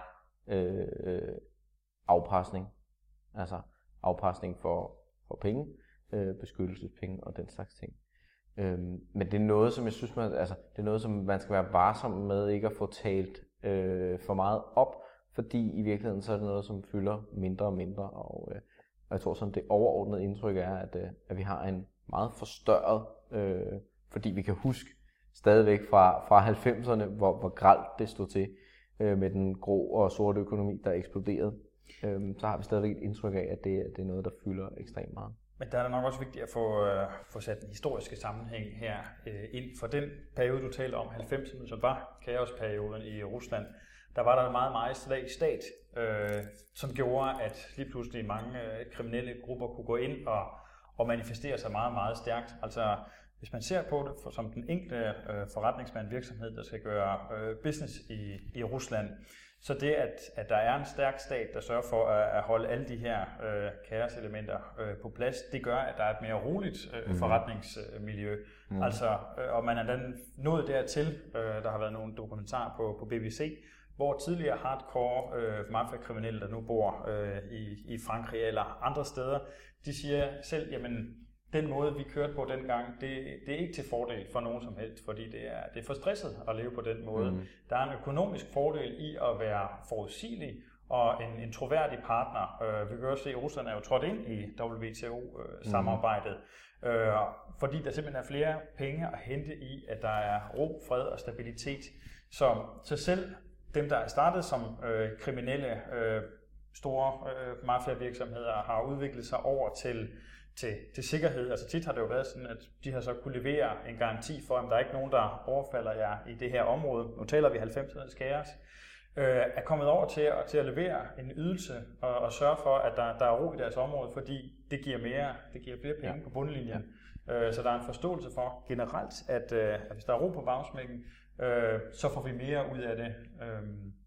øh, afpresning, altså afpresning for, for penge, beskyttelsespenge og den slags ting. Øhm, men det er noget, som jeg synes, man, altså, det er noget, som man skal være varsom med ikke at få talt øh, for meget op, fordi i virkeligheden så er det noget, som fylder mindre og mindre, og, øh, og jeg tror sådan, det overordnede indtryk er, at, øh, at vi har en meget forstørret, øh, fordi vi kan huske stadigvæk fra, fra halvfemserne, hvor, hvor grelt det stod til øh, med den grå og sorte økonomi, der eksploderede. Øh, så har vi stadigvæk et indtryk af, at det, at det er noget, der fylder ekstremt meget. Men der er det nok også vigtigt at få, øh, få sat den historiske sammenhæng her øh, ind. For den periode, du taler om, halvfemserne, som var kaosperioden i Rusland, der var der en meget, meget svag stat, øh, som gjorde, at lige pludselig mange øh, kriminelle grupper kunne gå ind og, og manifestere sig meget, meget stærkt. Altså, hvis man ser på det for, som den enkelte øh, forretningsmand virksomhed, der skal gøre øh, business i, i Rusland, så det, at, at der er en stærk stat, der sørger for at, at holde alle de her øh, kaoselementer øh, på plads, det gør, at der er et mere roligt øh, mm. forretningsmiljø. Mm. Altså, øh, og man er den nået dertil, øh, der har været nogle dokumentarer på, på B B C, hvor tidligere hardcore øh, mafia-kriminelle, der nu bor øh, i, i Frankrig eller andre steder, de siger selv, jamen, den måde, vi kørte på dengang, det, det er ikke til fordel for nogen som helst, fordi det er, det er for stresset at leve på den måde. Mm. Der er en økonomisk fordel i at være forudsigelig og en, en troværdig partner. Uh, vi kan også se, at Rusland er jo trådt ind i W T O-samarbejdet, uh, mm. uh, fordi der simpelthen er flere penge at hente i, at der er ro, fred og stabilitet. Så, så selv dem, der er startet som uh, kriminelle, uh, store uh, mafia-virksomheder, har udviklet sig over til Til, til sikkerhed. Altså tit har det jo været sådan, at de har så kunne levere en garanti for, at der er ikke nogen, der overfalder jer i det her område. Nu taler vi halvfemsernes kaos. Øh, er kommet over til at, til at levere en ydelse og, og sørge for, at der, der er ro i deres område, fordi det giver mere, det giver flere penge ja. på bundlinjen. Ja. Øh, så der er en forståelse for generelt, at, øh, at hvis der er ro på bagsmækken, øh, så får vi mere ud af det. Øh,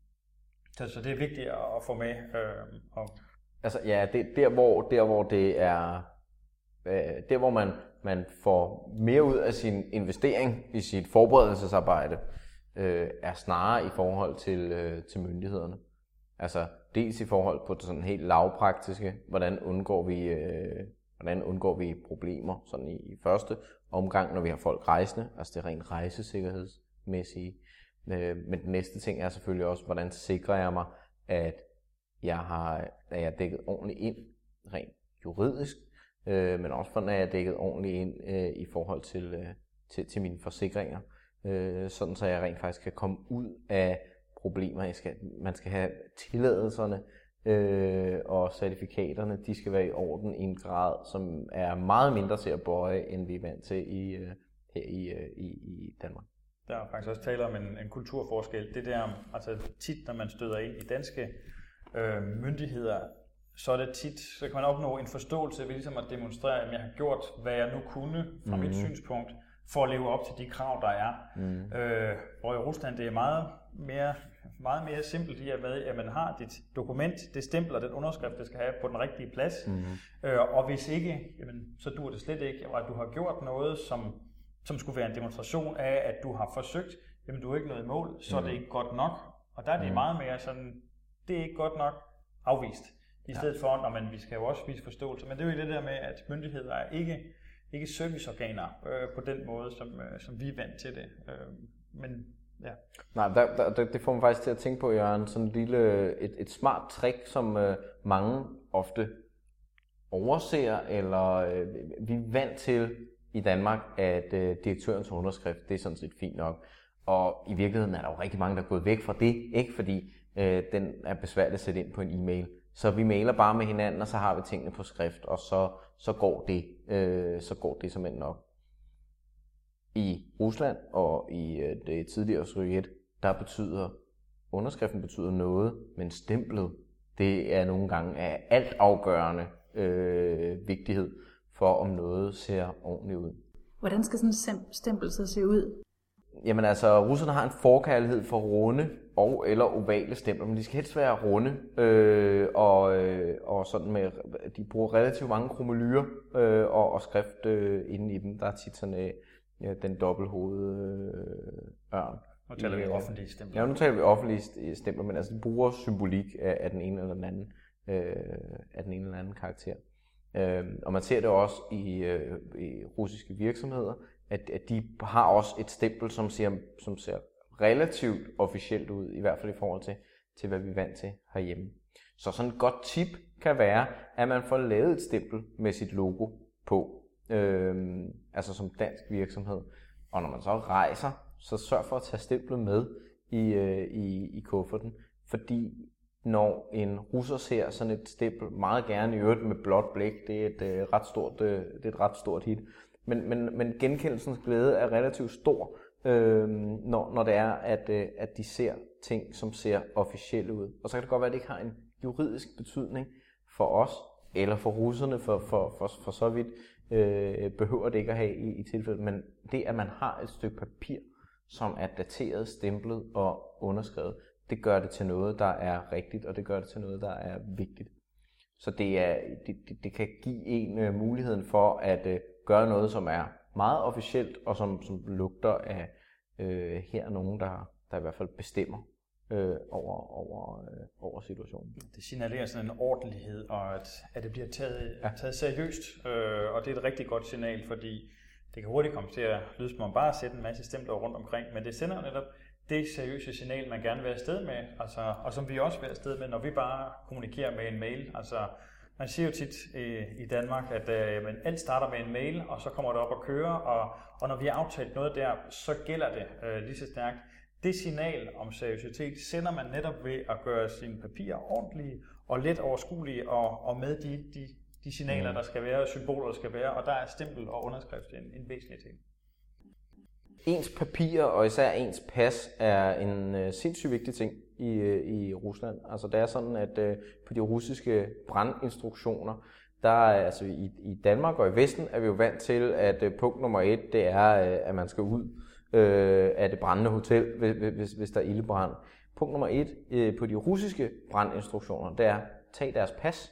så, så det er vigtigt at få med. Øh, og altså ja, det der hvor der hvor det er der hvor man, man får mere ud af sin investering i sit forberedelsesarbejde, øh, er snarere i forhold til, øh, til myndighederne. Altså dels i forhold på det sådan helt lavpraktiske, hvordan undgår vi, øh, hvordan undgår vi problemer sådan i, i første omgang, når vi har folk rejsende, altså det er rent rejsesikkerhedsmæssige. Øh, men den næste ting er selvfølgelig også, hvordan sikrer jeg mig, at jeg har at jeg er dækket ordentligt ind, rent juridisk, Øh, men også hvordan er jeg dækket ordentligt ind øh, i forhold til, øh, til, til mine forsikringer, øh, sådan så jeg rent faktisk kan komme ud af problemer. Jeg skal, man skal have tilladelserne øh, og certifikaterne, de skal være i orden i en grad, som er meget mindre til at bøje, end vi er vant til i, øh, her i, øh, i, i Danmark. Der er faktisk også tale om en, en kulturforskel. Det der, altså tit når man støder ind i danske øh, myndigheder, så er det tit, så kan man opnå en forståelse ved ligesom at demonstrere, at jeg har gjort, hvad jeg nu kunne fra mm. mit synspunkt, for at leve op til de krav, der er. Mm. Øh, og i Rusland det er meget mere, meget mere simpelt i at med, at man har dit dokument, det stempler, den underskrift, det skal have på den rigtige plads. Mm. Øh, og hvis ikke, jamen, så duer det slet ikke, at du har gjort noget, som som skulle være en demonstration af, at du har forsøgt, jamen du er ikke nået i mål, så mm. er det ikke godt nok. Og der er det mm. meget mere sådan, det er ikke godt nok afvist. I stedet ja. for, når man, vi skal jo også vise forståelse. Men det er jo det der med, at myndigheder er ikke, ikke serviceorganer øh, på den måde, som, øh, som vi er vant til det. Øh, men ja. Nej, der, der, det får man faktisk til at tænke på, Jørgen, sådan et lille, et, et smart trick, som øh, mange ofte overser, eller øh, vi er vant til i Danmark, at øh, direktørens underskrift, det er sådan set fint nok. Og i virkeligheden er der jo rigtig mange, der er gået væk fra det, ikke fordi øh, den er besværlig at sætte ind på en e-mail. Så vi mailer bare med hinanden, og så har vi tingene på skrift, og så, så går det, øh, så går det simpelthen nok. I Rusland og i øh, det tidligere Sovjet, der betyder underskriften betyder noget, men stemplet, det er nogle gange af alt afgørende øh, vigtighed for, om noget ser ordentligt ud. Hvordan skal sådan en stempel så se ud? Jamen altså, russerne har en forkærlighed for runde og eller ovale stempler, men de skal helst være runde, øh, og, øh, og sådan med, de bruger relativt mange krumelyrer øh, og, og skrift øh, inde i dem. Der er tit sådan øh, ja, den dobbelthovedede øh, ørn. Nu taler vi offentlige stempler. Ja, nu taler vi offentlige stempler, men altså de bruger symbolik af, af den ene eller den anden, øh, af den ene eller anden karakter. Øh, og man ser det også i, øh, i russiske virksomheder, at, at de har også et stempel, som ser, som ser relativt officielt ud, i hvert fald i forhold til, til hvad vi er vant til herhjemme. Så sådan et godt tip kan være, at man får lavet et stempel med sit logo på, øhm, altså som dansk virksomhed. Og når man så rejser, så sørg for at tage stemplet med i, øh, i, i kufferten, fordi når en russer ser sådan et stempel, meget gerne i øvrigt med blåt blæk, det er et, øh, ret, stort, øh, det er et ret stort hit, men, men, men genkendelsens glæde er relativt stor, øh, når, når det er, at, øh, at de ser ting, som ser officielle ud. Og så kan det godt være, at det ikke har en juridisk betydning for os, eller for russerne, for, for, for, for så vidt øh, behøver det ikke at have i, i tilfældet, men det, at man har et stykke papir, som er dateret, stemplet og underskrevet, det gør det til noget, der er rigtigt, og det gør det til noget, der er vigtigt. Så det, er, det, det, det kan give en uh, muligheden for at uh, gøre noget, som er meget officielt, og som, som lugter af uh, her er nogen, der, der i hvert fald bestemmer uh, over, over, uh, over situationen. Det signalerer sådan en ordentlighed, og at, at det bliver taget, ja. taget seriøst, uh, og det er et rigtig godt signal, fordi det kan hurtigt komme til at lyde som om bare at sætte en masse stempler rundt omkring, men det sender netop det seriøse signal, man gerne vil afsted med, altså, og som vi også vil afsted med, når vi bare kommunikerer med en mail. Altså, man siger jo tit øh, i Danmark, at øh, jamen, alt starter med en mail, og så kommer det op og kører, og, og når vi har aftalt noget der, så gælder det øh, lige så stærkt. Det signal om seriøsitet sender man netop ved at gøre sine papirer ordentlige og let overskuelige, og, og med de, de, de signaler, der skal være, symboler, der skal være, og der er stempel og underskrift en, en væsentlig ting. Ens papirer og især ens pas er en øh, sindssygt vigtig ting i, øh, i Rusland. Altså det er sådan, at øh, på de russiske brandinstruktioner, der er, altså i, i Danmark og i Vesten er vi jo vant til, at øh, punkt nummer et, det er, øh, at man skal ud øh, af det brændende hotel, hvis, hvis, hvis der er ildebrand. Punkt nummer et øh, på de russiske brandinstruktioner, det er, tag deres pas.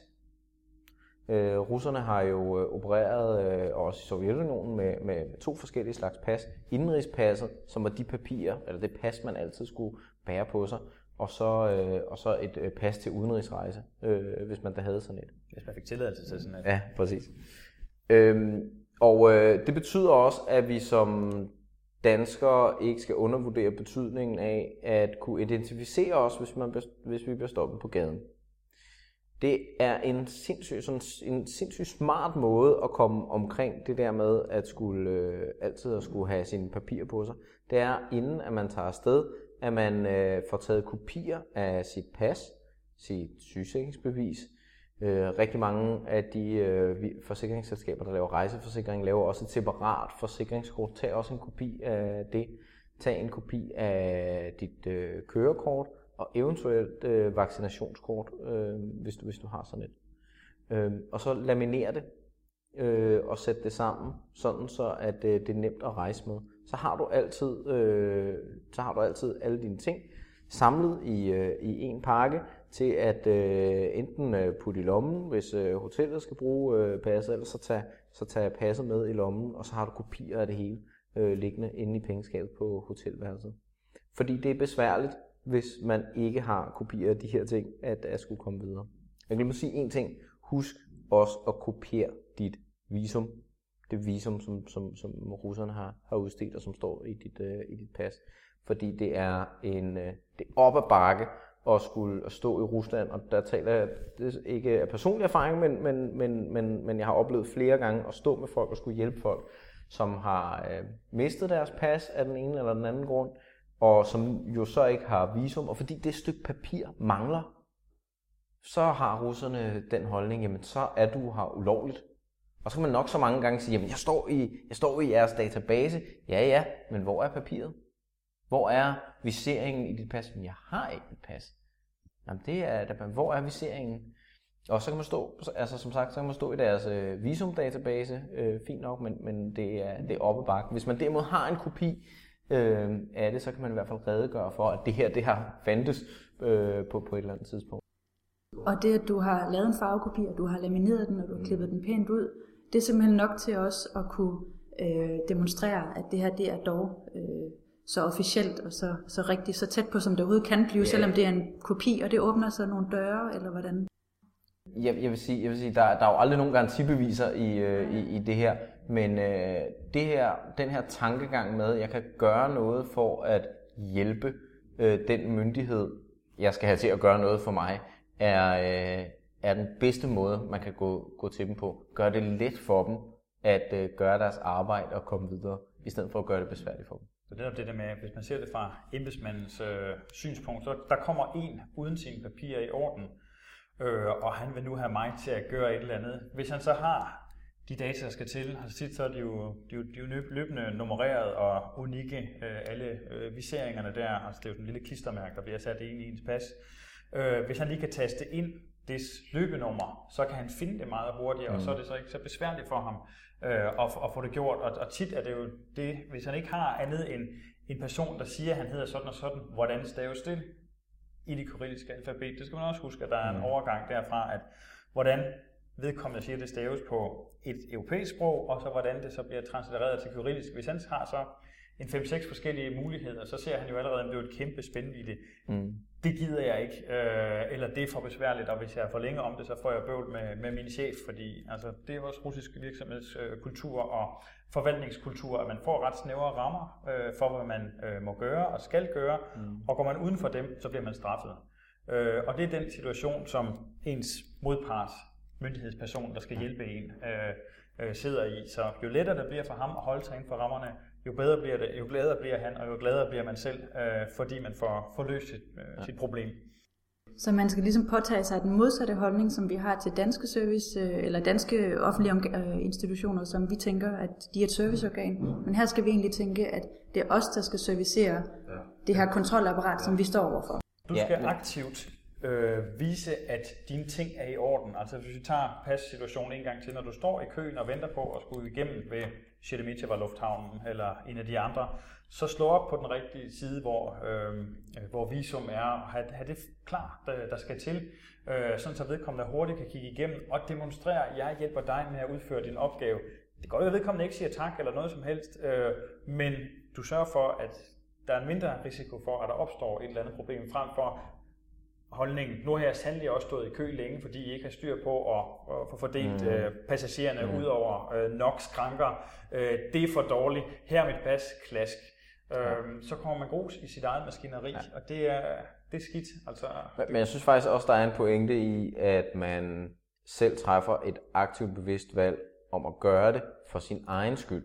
Øh, russerne har jo øh, opereret, øh, også i Sovjetunionen, med, med to forskellige slags pas. Indenrigspasset, som var de papirer, eller det pas, man altid skulle bære på sig, og så, øh, og så et øh, pas til udenrigsrejse, øh, hvis man da havde sådan et. Hvis man fik tilladelse til sådan et. Ja, præcis. Øhm, og øh, det betyder også, at vi som danskere ikke skal undervurdere betydningen af at kunne identificere os, hvis, man, hvis vi bliver stoppet på gaden. Det er en sindssygt, sådan en sindssygt smart måde at komme omkring det der med at skulle øh, altid at skulle have sine papirer på sig. Det er inden at man tager afsted, at man øh, får taget kopier af sit pas, sit sygesikringsbevis. Øh, rigtig mange af de øh, forsikringsselskaber, der laver rejseforsikring, laver også et separat forsikringskort. Tag også en kopi af det. Tag en kopi af dit øh, kørekort. Og eventuelt øh, vaccinationskort, øh, hvis, du, hvis du har sådan et. Øh, og så laminere det øh, og sætte det sammen, sådan så at øh, det er nemt at rejse med. Så har du altid, øh, så har du altid alle dine ting samlet i, øh, i en pakke til at øh, enten øh, putte i lommen, hvis øh, hotellet skal bruge øh, passet, eller så tage, så tage passet med i lommen, og så har du kopier af det hele. øh, liggende inde i pengeskabet på hotelværelset. Fordi det er besværligt, hvis man ikke har kopier af de her ting, at, at skulle komme videre. Jeg vil sige en ting. Husk også at kopiere dit visum. Det visum, som, som, som russerne har, har udstedt, og som står i dit, øh, i dit pas. Fordi det er en øh, det er op ad bakke at skulle at stå i Rusland, og der taler jeg det ikke af personlig erfaring, men, men, men, men, men jeg har oplevet flere gange at stå med folk og skulle hjælpe folk, som har øh, mistet deres pas af den ene eller den anden grund, og som jo så ikke har visum, og fordi det stykke papir mangler, så har russerne den holdning, jamen så er du her ulovligt. Og så kan man nok så mange gange sige, jamen jeg står i, jeg står i jeres database. Ja, ja, men hvor er papiret? Hvor er viseringen i dit pas? Men jeg har ikke et pas. Jamen det er, hvor er viseringen? Og så kan man stå, altså som sagt, så kan man stå i deres øh, visumdatabase, øh, fint nok, men, men det er, det er oppe bakke. Hvis man derimod har en kopi øh, af det, så kan man i hvert fald redegøre for, at det her, det har fandtes øh, på, på et eller andet tidspunkt. Og det, at du har lavet en farvekopi, og du har lamineret den, og du har klippet den pænt ud, det er simpelthen nok til os at kunne øh, demonstrere, at det her, det er dog øh, så officielt og så, så rigtigt, så tæt på, som det overhovedet kan blive, yeah. Selvom det er en kopi, og det åbner så nogle døre, eller hvordan? Jeg, jeg vil sige, jeg vil sige der, der er jo aldrig nogen garantibeviser i, øh, i, i det her, men øh, det her, den her tankegang med, at jeg kan gøre noget for at hjælpe øh, den myndighed, jeg skal have til at gøre noget for mig, er, øh, er den bedste måde, man kan gå, gå til dem på. Gør det let for dem at øh, gøre deres arbejde og komme videre, i stedet for at gøre det besværligt for dem. Så det er det der med, hvis man ser det fra embedsmandens øh, synspunkt, så der kommer en uden sine papirer i orden, øh, og han vil nu have mig til at gøre et eller andet. Hvis han så har de data, der skal til, altså tit så er de jo, de er jo, de er jo løbende nummereret og unikke, øh, alle øh, viseringerne der, altså det er jo den lille klistermærke, der bliver sat ind i ens pas. Øh, hvis han lige kan taste ind det løbenummer, så kan han finde det meget hurtigere, mm. og så er det så ikke så besværligt for ham øh, at, at få det gjort. Og, og tit er det jo det, hvis han ikke har andet end en person, der siger, at han hedder sådan og sådan, hvordan staves det i det kyrilliske alfabet. Det skal man også huske, at der er en overgang derfra, at hvordan vedkommende siger, at det staves på et europæisk sprog, og så hvordan det så bliver translitereret til kyrillisk. Hvis han har så en fem seks forskellige muligheder, så ser han jo allerede, at det er et kæmpe spændvidde. Mm. Det gider jeg ikke, øh, eller det er for besværligt, og hvis jeg er for længe om det, så får jeg bøvl med, med min chef, fordi altså, det er også russisk virksomhedskultur og forvaltningskultur, at man får ret snævre rammer øh, for, hvad man øh, må gøre og skal gøre, mm. og går man uden for dem, så bliver man straffet. Øh, og det er den situation, som ens modpart, myndighedsperson, der skal hjælpe en, øh, øh, sidder i. Så jo lettere det bliver for ham at holde sig inden for rammerne, jo bedre bliver det, jo gladere bliver han, og jo gladere bliver man selv, øh, fordi man får, får løst sit, øh, ja. sit problem. Så man skal ligesom påtage sig den modsatte holdning, som vi har til danske service, øh, eller danske offentlige øh, institutioner, som vi tænker, at de er et serviceorgan. Men her skal vi egentlig tænke, at det er os, der skal servicere ja. det her kontrolapparat, ja. som vi står overfor. Du skal ja. aktivt øh, vise, at dine ting er i orden. Altså hvis vi tager passituationen en gang til, når du står i køen og venter på at skulle igennem ved Sheremetyevo lufthavnen eller en af de andre, så slå op på den rigtige side, hvor, øh, hvor visum er, og have, have det klar, der, der skal til, øh, sådan så vedkommende hurtigt kan kigge igennem og demonstrere, at jeg hjælper dig med at udføre din opgave. Det går jo, at vedkommende ikke siger tak eller noget som helst, øh, men du sørger for, at der er en mindre risiko for, at der opstår et eller andet problem, frem for holdningen. Nu har jeg sandelig også stået i kø længe, fordi I ikke har styr på at, at få fordelt mm. øh, passagererne mm. ud over øh, N O X-skranker. Øh, det er for dårligt. Her er mit pas, klask. Øh, ja. Så kommer man grus i sit eget maskineri, ja. og det er, det er skidt. Altså, men, men jeg synes faktisk også, der er en pointe i, at man selv træffer et aktivt bevidst valg om at gøre det for sin egen skyld.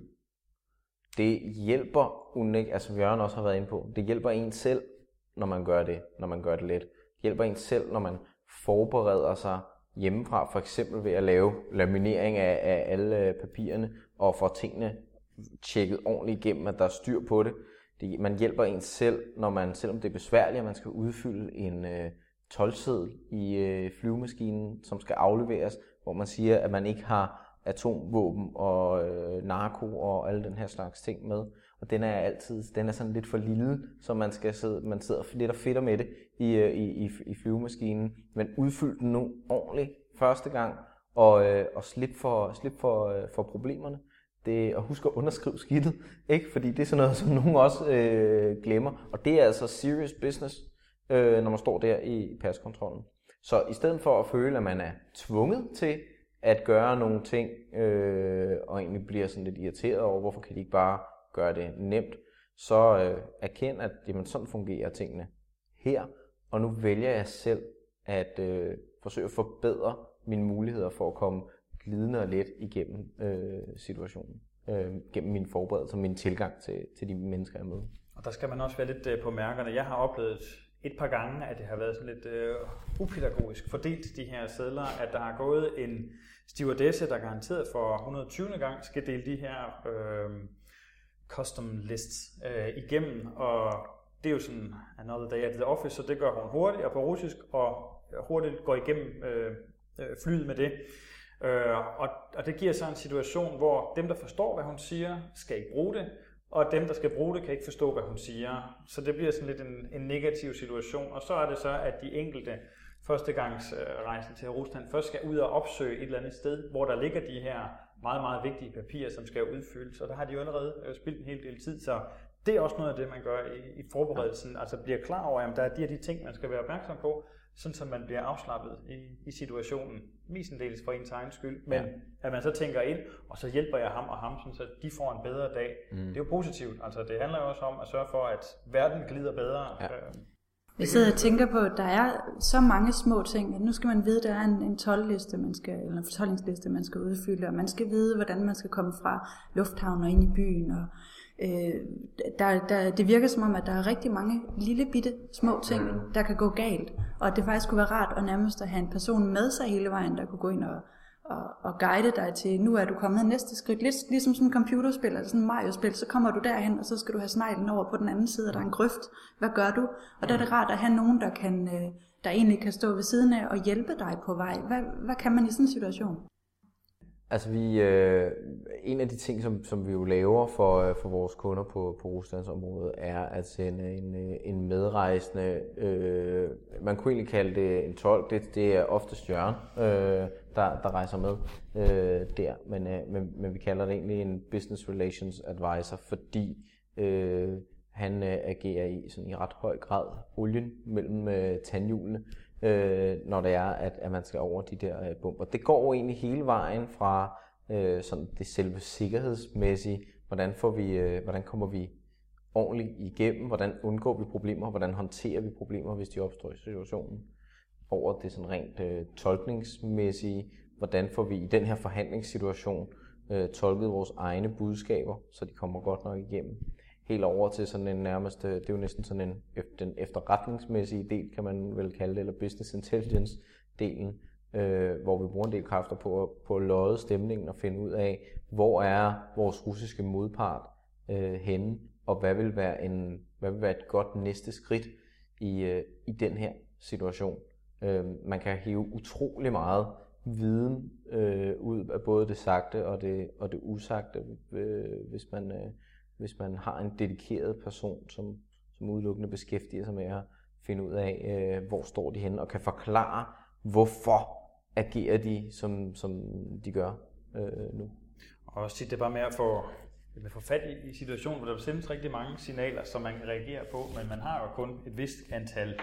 Det hjælper unik, altså Jørgen også har været inde på, det hjælper en selv, når man gør det, når man gør det let. Det hjælper en selv, når man forbereder sig hjemmefra, for eksempel ved at lave laminering af, af alle papirerne og få tingene tjekket ordentligt igennem, at der er styr på det. det. Man hjælper en selv, når man, selvom det er besværligt, at man skal udfylde en øh, toldseddel i øh, flyvemaskinen, som skal afleveres, hvor man siger, at man ikke har atomvåben og øh, narko og alle den her slags ting med. Og den er altid, den er sådan lidt for lille, så man skal sidde, man sidder lidt og fedter med det i, i, i, i flyvemaskinen. Men udfyld den nu ordentligt første gang, og, øh, og slip for, slip for, øh, for problemerne. det er at huske at underskrive skidtet, ikke? Fordi det er sådan noget, som nogen også øh, glemmer. Og det er altså serious business, øh, når man står der i paskontrollen. Så i stedet for at føle, at man er tvunget til at gøre nogle ting, øh, og egentlig bliver sådan lidt irriteret over, hvorfor kan de ikke bare gøre det nemt, så øh, erkend, at jamen, sådan fungerer tingene her, og nu vælger jeg selv at øh, forsøge at forbedre mine muligheder for at komme glidende og let igennem øh, situationen, øh, gennem mine forberedelser og min tilgang til, til de mennesker, jeg møder. Og der skal man også være lidt øh, på mærkerne. Jeg har oplevet et par gange, at det har været sådan lidt øh, upædagogisk fordelt, de her sedler, at der har gået en stewardesse, der garanteret for et hundrede og tyvende gang skal dele de her øh, custom lists øh, igennem, og det er jo sådan another day at the office, så det gør hun hurtigt og på russisk, og hurtigt går igennem øh, flyet med det. Øh, og, og det giver så en situation, hvor dem, der forstår, hvad hun siger, skal ikke bruge det, og dem, der skal bruge det, kan ikke forstå, hvad hun siger. Så det bliver sådan lidt en, en negativ situation, og så er det så, at de enkelte førstegangsrejser til Rusland først skal ud og opsøge et eller andet sted, hvor der ligger de her meget, meget vigtige papirer, som skal udfyldes, og der har de jo allerede spildt en hel del tid, så det er også noget af det, man gør i, i forberedelsen, altså bliver klar over, at der er de her de ting, man skal være opmærksom på, sådan så man bliver afslappet i, i situationen, mestendels for ens egen skyld, men ja. At man så tænker ind, og så hjælper jeg ham og ham, sådan så de får en bedre dag. Mm. Det er jo positivt, altså det handler jo også om at sørge for, at verden glider bedre. Ja. Jeg sidder og tænker på, at der er så mange små ting, at nu skal man vide, at der er en, en tolvliste, man skal, eller en fortolkningsliste, man skal udfylde, og man skal vide, hvordan man skal komme fra lufthavnen og ind i byen. Og, øh, der, der, det virker som om, at der er rigtig mange lille bitte små ting, der kan gå galt, og at det faktisk kunne være rart og nærmest at have en person med sig hele vejen, der kunne gå ind og, og, og guide dig til, nu er du kommet næste skridt, lidt ligesom sådan en computerspil eller sådan en Mario-spil, så kommer du derhen, og så skal du have sneglen over på den anden side, og der er en grøft. Hvad gør du? Og der er det rart at have nogen, der, kan, der egentlig kan stå ved siden af og hjælpe dig på vej. Hvad, hvad kan man i sådan en situation? Altså vi, øh, en af de ting, som, som vi jo laver for, for vores kunder på, på Ruslandsområdet, er at sende en, en medrejsende, øh, man kunne egentlig kalde det en tolk, det, det er oftest Jørgen, øh, der, der rejser med øh, der, men, øh, men, men vi kalder det egentlig en Business Relations Advisor, fordi øh, han øh, agerer i, sådan i ret høj grad olien mellem øh, tandhjulene, Øh, når det er, at, at man skal over de der øh, bomber. Det går egentlig hele vejen fra øh, sådan det selve sikkerhedsmæssige, hvordan, får vi, øh, hvordan kommer vi ordentligt igennem, hvordan undgår vi problemer, hvordan håndterer vi problemer, hvis de opstår i situationen, over det sådan rent øh, tolkningsmæssige, hvordan får vi i den her forhandlingssituation øh, tolket vores egne budskaber, så de kommer godt nok igennem. Helt over til sådan en nærmest, det er jo næsten sådan en, den efterretningsmæssige del, kan man vel kalde det, eller business intelligence delen, øh, hvor vi bruger en del kræfter på, på at lodde stemningen og finde ud af, hvor er vores russiske modpart øh, henne, og hvad vil være en, hvad vil være et godt næste skridt i, øh, i den her situation. Øh, man kan hive utrolig meget viden øh, ud af både det sagte og det, og det usagte, øh, hvis man øh, hvis man har en dedikeret person, som, som udelukkende beskæftiger sig med at finde ud af, øh, hvor står de henne, og kan forklare, hvorfor agerer de, som, som de gør øh, nu. Og også tit det er bare med at få, med at få fat i, i situationen, hvor der sendes rigtig mange signaler, som man kan reagere på, men man har jo kun et vist antal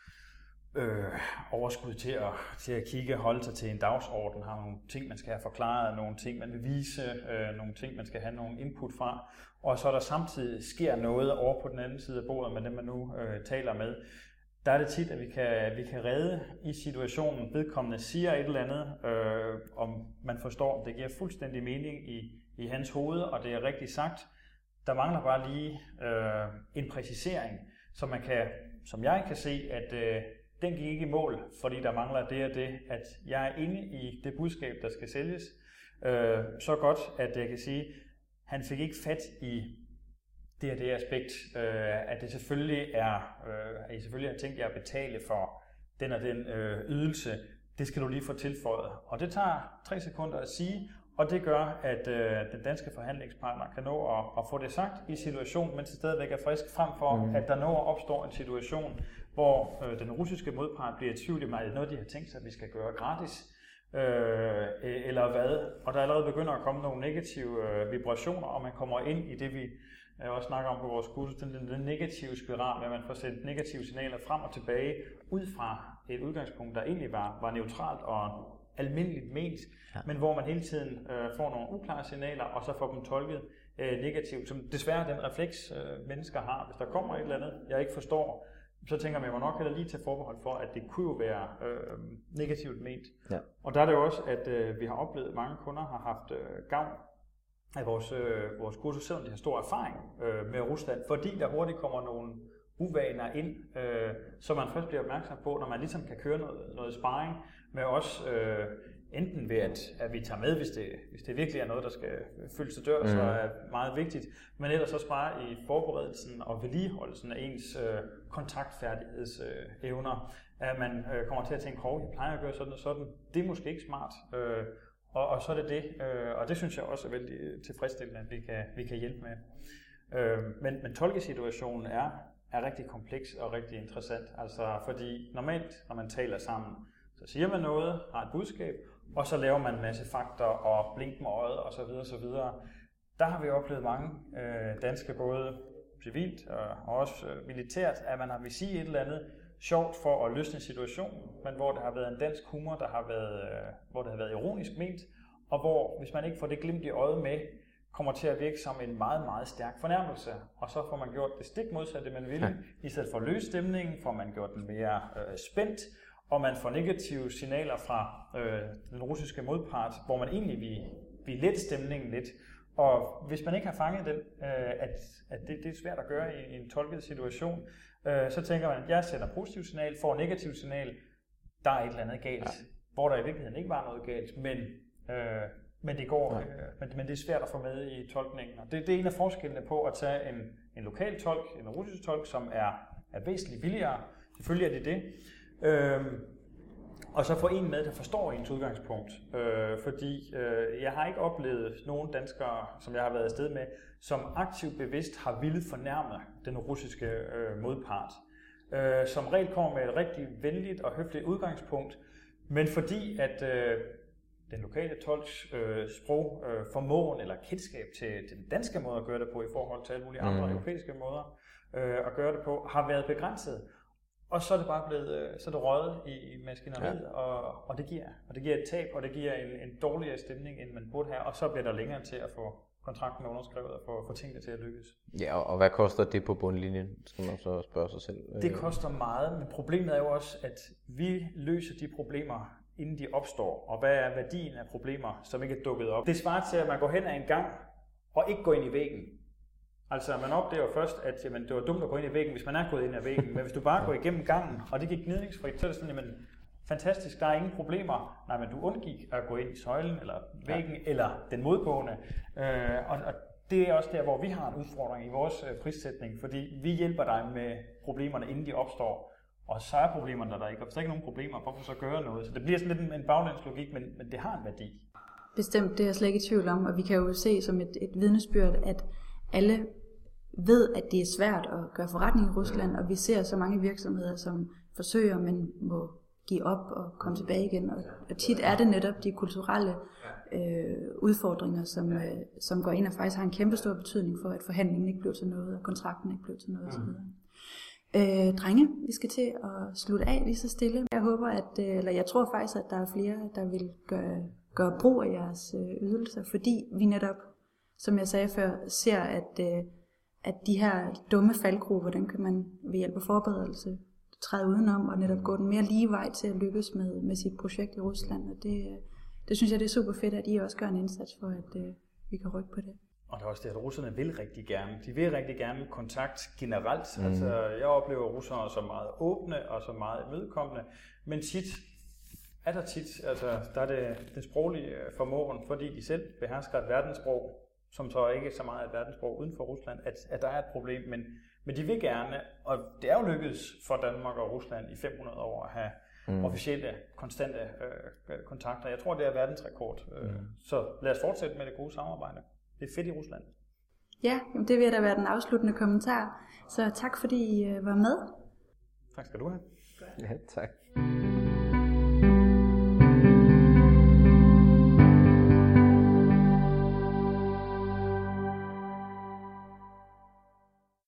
øh, overskud til at, til at kigge og holde sig til en dagsorden, har nogle ting, man skal have forklaret, nogle ting, man vil vise, øh, nogle ting, man skal have nogle input fra, og så der samtidig sker noget over på den anden side af bordet med dem, man nu øh, taler med. Der er det tit, at vi kan, vi kan redde i situationen. Vedkommende siger et eller andet, øh, om man forstår, det giver fuldstændig mening i, i hans hoved, og det er rigtigt sagt. Der mangler bare lige øh, en præcisering, så man kan, som jeg kan se, at øh, den gik ikke i mål, fordi der mangler det og det, at jeg er inde i det budskab, der skal sælges, øh, så godt, at jeg kan sige, han fik ikke fat i det og det aspekt, øh, at det selvfølgelig er, øh, at I selvfølgelig har tænkt jer at betale for den og den øh, ydelse, det skal du lige få tilføjet. Og det tager tre sekunder at sige, og det gør, at øh, den danske forhandlingspartner kan nå at, at få det sagt i situationen, mens det stadigvæk er frisk, frem for, mm. at der når at opstår en situation, hvor øh, den russiske modpart bliver i tvivl om, at det er noget, de har tænkt sig, at vi skal gøre gratis. øh, eller hvad. Og der allerede begynder at komme nogle negative øh, vibrationer, og man kommer ind i det, vi øh, også snakker om på vores kursus, den, den, den negative spiral, hvor man får sendt negative signaler frem og tilbage, ud fra et udgangspunkt, der egentlig var, var neutralt og almindeligt ment, ja. Men hvor man hele tiden øh, får nogle uklare signaler, og så får dem tolket øh, negativt, som desværre den refleks, øh, mennesker har. Hvis der kommer et eller andet, jeg ikke forstår, så tænker man, at man nok heller lige tage forbehold for, at det kunne jo være øh, negativt ment. Ja. Og der er det jo også, at øh, vi har oplevet, at mange kunder har haft øh, gavn af vores, øh, vores kursus, selvom de har stor erfaring øh, med Rusland, fordi der hurtigt kommer nogle uvaner ind, øh, så man først bliver opmærksom på, når man ligesom kan køre noget, noget sparring med os, øh, enten ved at, at vi tager med, hvis det, hvis det virkelig er noget, der skal fyldes til dør, mm. så er meget vigtigt, men ellers også bare i forberedelsen og vedligeholdelsen af ens øh, kontaktfærdighedsevner, øh, at man øh, kommer til at tænke, hov, jeg plejer at gøre sådan og sådan, det er måske ikke smart, øh, og, og så er det det, øh, og det synes jeg også er vældig tilfredsstillende, at vi kan, vi kan hjælpe med. Øh, men, men tolkesituationen er, er rigtig kompleks og rigtig interessant, altså fordi normalt, når man taler sammen, så siger man noget, har et budskab, og så laver man en masse fakter og blink med øjet og så videre, så videre. Der har vi oplevet mange øh, danske, både civilt og også øh, militært, at man har vil sige et eller andet sjovt for at løsne en situation, men hvor der har været en dansk humor, der har været, øh, hvor det har været ironisk ment, og hvor, hvis man ikke får det glimt i øjet med, kommer til at virke som en meget, meget stærk fornærmelse, og så får man gjort det stik modsatte, man ville. Ja. I stedet for at løse stemningen, får man gjort den mere øh, spændt, og man får negative signaler fra øh, den russiske modpart, hvor man egentlig vil, vil lette stemningen lidt. Og hvis man ikke har fanget den, øh, at, at det, det er svært at gøre i, i en tolket situation, øh, så tænker man, at jeg sender positivt signal, får negativt signal, der er et eller andet galt. Ja. Hvor der i virkeligheden ikke var noget galt, men, øh, men, det går, øh, men, men det er svært at få med i tolkningen. Og det, det er en af forskellene på at tage en, en lokal tolk, en russisk tolk, som er, er væsentligt billigere. Selvfølgelig er det det. Øhm, og så få en med, der forstår ens udgangspunkt, øh, fordi øh, jeg har ikke oplevet nogen danskere, som jeg har været afsted med, som aktivt bevidst har ville fornærme den russiske øh, modpart, øh, som regel kommer med et rigtig venligt og høfligt udgangspunkt, men fordi at øh, den lokale tolks øh, sprog, øh, formåen eller kendskab til, til den danske måde at gøre det på i forhold til alle mulige andre mm. europæiske måder øh, at gøre det på, har været begrænset. Og så er det bare blevet, så er det røget i, i maskineriet, ja. og, og, det giver, og det giver et tab, og det giver en, en dårligere stemning, end man burde have, og så bliver der længere til at få kontrakten underskrevet og få, få tingene til at lykkes. Ja, og hvad koster det på bundlinjen, skal man så spørge sig selv? Det koster meget, men problemet er jo også, at vi løser de problemer, inden de opstår, og hvad er værdien af problemer, som ikke er dukket op. Det svarer til, at man går hen ad en gang, og ikke går ind i væggen. Altså, man opdager først, at jamen, det var dumt at gå ind i væggen, hvis man er gået ind i væggen. Men hvis du bare går igennem gangen, og det gik gnidningsfrit, så er det sådan, jamen, fantastisk, der er ingen problemer. Nej, men du undgik at gå ind i søjlen, eller væggen, ja. eller den modgående. Øh, og, og det er også der, hvor vi har en udfordring i vores øh, prissætning, fordi vi hjælper dig med problemerne, inden de opstår. Og så er problemerne der, der ikke. Og hvis der ikke er nogen problemer, hvorfor så gøre noget? Så det bliver sådan lidt en baglæns logik, men, men det har en værdi. Bestemt, det er jeg slet ikke i tvivl om, og vi kan jo se som et, et vidnesbyrd, at alle ved, at det er svært at gøre forretning i Rusland, og vi ser så mange virksomheder, som forsøger, men må give op og komme tilbage igen. Og, og tit er det netop de kulturelle øh, udfordringer, som, øh, som går ind og faktisk har en kæmpe stor betydning for, at forhandlingen ikke blev til noget, og kontrakten ikke blev til noget osv. Øh, drenge, vi skal til at slutte af lige så stille. Jeg håber, at, eller jeg tror faktisk, at der er flere, der vil gøre, gøre brug af jeres øh, ydelser, fordi vi netop, som jeg sagde før, ser, at, øh, at de her dumme faldgruber, dem kan man ved hjælp af forberedelse træde udenom, og netop gå den mere lige vej til at lykkes med, med sit projekt i Rusland. Og det, det synes jeg, det er super fedt, at I også gør en indsats for, at øh, vi kan rykke på det. Og det er også det, at russerne vil rigtig gerne. De vil rigtig gerne kontakt generelt. Mm. Altså, jeg oplever russerne som meget åbne og som meget imødekommende. Men tit er der tit, altså der er det den sproglige formåen, fordi de selv behersker et verdenssprog, som så ikke er så meget et verdenssprog uden for Rusland, at, at der er et problem. Men, men de vil gerne, og det er jo lykkedes for Danmark og Rusland i fem hundrede år at have mm. officielle, konstante øh, kontakter. Jeg tror, det er verdensrekord. Mm. Så lad os fortsætte med det gode samarbejde. Det er fedt i Rusland. Ja, det vil da være den afsluttende kommentar. Så tak fordi I var med. Tak skal du have. Ja, tak.